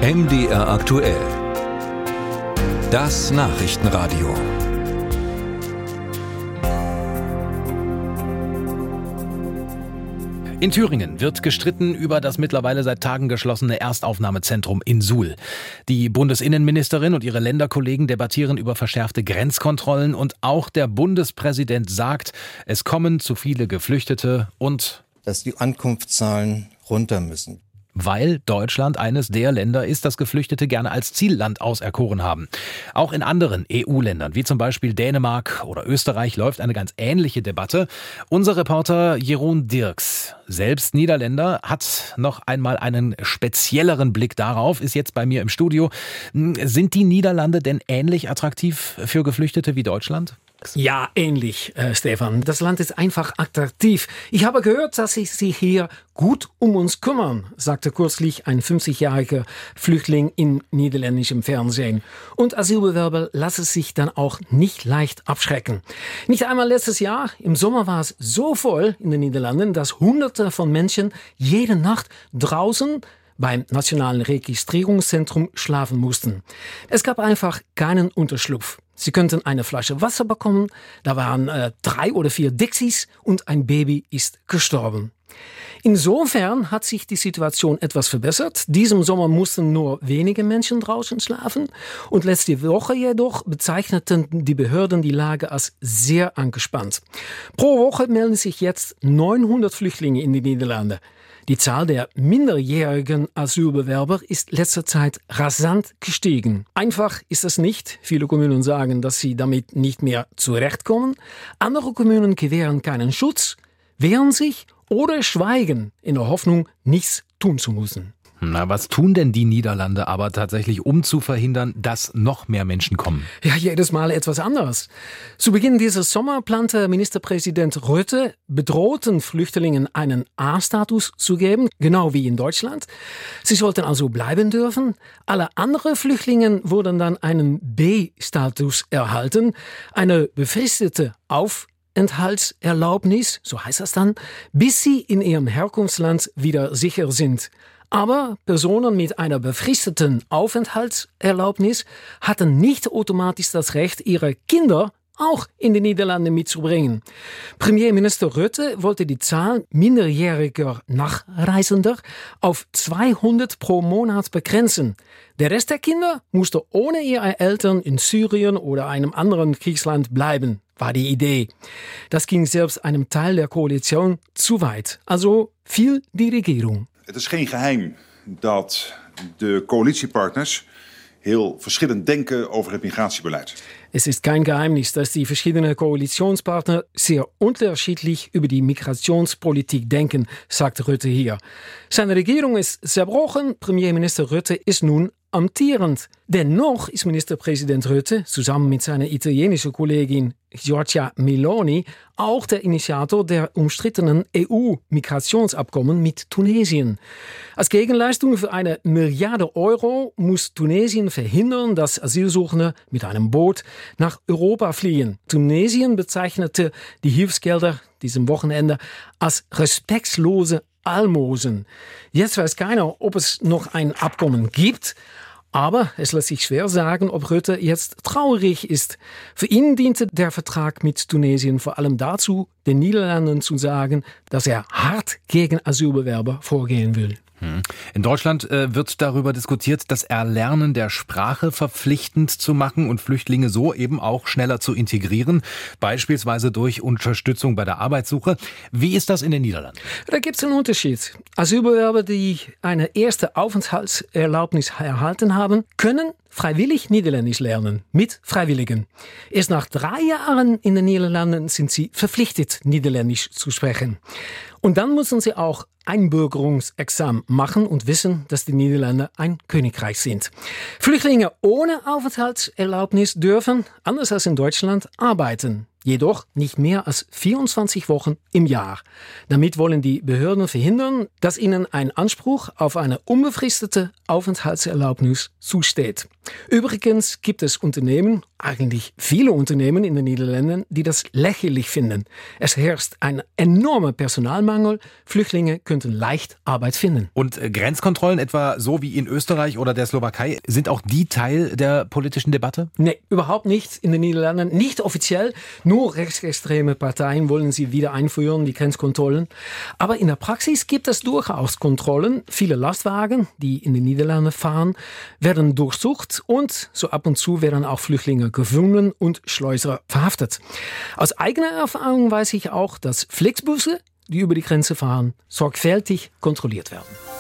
MDR aktuell. Das Nachrichtenradio. In Thüringen wird gestritten über das mittlerweile seit Tagen geschlossene Erstaufnahmezentrum in Suhl. Die Bundesinnenministerin und ihre Länderkollegen debattieren über verschärfte Grenzkontrollen und auch der Bundespräsident sagt, es kommen zu viele Geflüchtete und dass die Ankunftszahlen runter müssen. Weil Deutschland eines der Länder ist, das Geflüchtete gerne als Zielland auserkoren haben. Auch in anderen EU-Ländern, wie zum Beispiel Dänemark oder Österreich, läuft eine ganz ähnliche Debatte. Unser Reporter Jeroen Dirks, selbst Niederländer, hat noch einmal einen spezielleren Blick darauf, ist jetzt bei mir im Studio. Sind die Niederlande denn ähnlich attraktiv für Geflüchtete wie Deutschland? Ja, ähnlich, Stefan. Das Land ist einfach attraktiv. Ich habe gehört, dass sie sich hier gut um uns kümmern, sagte kürzlich ein 50-jähriger Flüchtling in niederländischem Fernsehen. Und Asylbewerber lassen sich dann auch nicht leicht abschrecken. Nicht einmal letztes Jahr, im Sommer war es so voll in den Niederlanden, dass Hunderte von Menschen jede Nacht draußen beim Nationalen Registrierungszentrum schlafen mussten. Es gab einfach keinen Unterschlupf. Sie könnten eine Flasche Wasser bekommen, da waren 3 oder 4 Dixies und ein Baby ist gestorben. Insofern hat sich die Situation etwas verbessert. Diesem Sommer mussten nur wenige Menschen draußen schlafen und letzte Woche jedoch bezeichneten die Behörden die Lage als sehr angespannt. Pro Woche melden sich jetzt 900 Flüchtlinge in die Niederlande. Die Zahl der minderjährigen Asylbewerber ist letzter Zeit rasant gestiegen. Einfach ist es nicht. Viele Kommunen sagen, dass sie damit nicht mehr zurechtkommen. Andere Kommunen gewähren keinen Schutz, wehren sich oder schweigen in der Hoffnung, nichts tun zu müssen. Na, was tun denn die Niederlande aber tatsächlich, um zu verhindern, dass noch mehr Menschen kommen? Ja, jedes Mal etwas anderes. Zu Beginn dieses Sommer plante Ministerpräsident Rutte, bedrohten Flüchtlingen einen A-Status zu geben, genau wie in Deutschland. Sie sollten also bleiben dürfen. Alle anderen Flüchtlinge wurden dann einen B-Status erhalten, eine befristete Aufenthaltserlaubnis, so heißt das dann, bis sie in ihrem Herkunftsland wieder sicher sind. Aber Personen mit einer befristeten Aufenthaltserlaubnis hatten nicht automatisch das Recht, ihre Kinder auch in die Niederlande mitzubringen. Premierminister Rutte wollte die Zahl minderjähriger Nachreisender auf 200 pro Monat begrenzen. Der Rest der Kinder musste ohne ihre Eltern in Syrien oder einem anderen Kriegsland bleiben, war die Idee. Das ging selbst einem Teil der Koalition zu weit. Also fiel die Regierung. Het is geen geheim dat de coalitiepartners heel verschillend denken over het migratiebeleid. Es ist kein Geheimnis, dass die verschiedenen Koalitionspartner sehr unterschiedlich über die Migrationspolitik denken, sagt Rutte hier. Seine Regierung ist zerbrochen, Premierminister Rutte ist nun amtierend. Dennoch ist Ministerpräsident Rutte zusammen mit seiner italienischen Kollegin Giorgia Meloni auch der Initiator der umstrittenen EU-Migrationsabkommen mit Tunesien. Als Gegenleistung für 1 Milliarde Euro muss Tunesien verhindern, dass Asylsuchende mit einem Boot nach Europa fliehen. Tunesien bezeichnete die Hilfsgelder diesem Wochenende als respektlose Almosen. Jetzt weiß keiner, ob es noch ein Abkommen gibt. Aber es lässt sich schwer sagen, ob Rutte jetzt traurig ist. Für ihn diente der Vertrag mit Tunesien vor allem dazu, den Niederlanden zu sagen, dass er hart gegen Asylbewerber vorgehen will. In Deutschland wird darüber diskutiert, das Erlernen der Sprache verpflichtend zu machen und Flüchtlinge so eben auch schneller zu integrieren, beispielsweise durch Unterstützung bei der Arbeitssuche. Wie ist das in den Niederlanden? Da gibt es einen Unterschied. Asylbewerber, die eine erste Aufenthaltserlaubnis erhalten haben, können freiwillig Niederländisch lernen, mit Freiwilligen. Erst nach 3 Jahren in den Niederlanden sind sie verpflichtet, Niederländisch zu sprechen. Und dann müssen sie auch Einbürgerungsexamen machen und wissen, dass die Niederlande ein Königreich sind. Flüchtlinge ohne Aufenthaltserlaubnis dürfen, anders als in Deutschland, arbeiten. Jedoch nicht mehr als 24 Wochen im Jahr. Damit wollen die Behörden verhindern, dass ihnen ein Anspruch auf eine unbefristete Aufenthaltserlaubnis zusteht. Übrigens gibt es Unternehmen, eigentlich viele Unternehmen in den Niederlanden, die das lächerlich finden. Es herrscht ein enormer Personalmangel. Flüchtlinge könnten leicht Arbeit finden. Und Grenzkontrollen, etwa so wie in Österreich oder der Slowakei, sind auch die Teil der politischen Debatte? Nee, überhaupt nicht in den Niederlanden. Nicht offiziell. Nur rechtsextreme Parteien wollen sie wieder einführen, die Grenzkontrollen. Aber in der Praxis gibt es durchaus Kontrollen. Viele Lastwagen, die in den Niederlanden fahren, werden durchsucht und so ab und zu werden auch Flüchtlinge gefunden und Schleuser verhaftet. Aus eigener Erfahrung weiß ich auch, dass Flixbusse, die über die Grenze fahren, sorgfältig kontrolliert werden.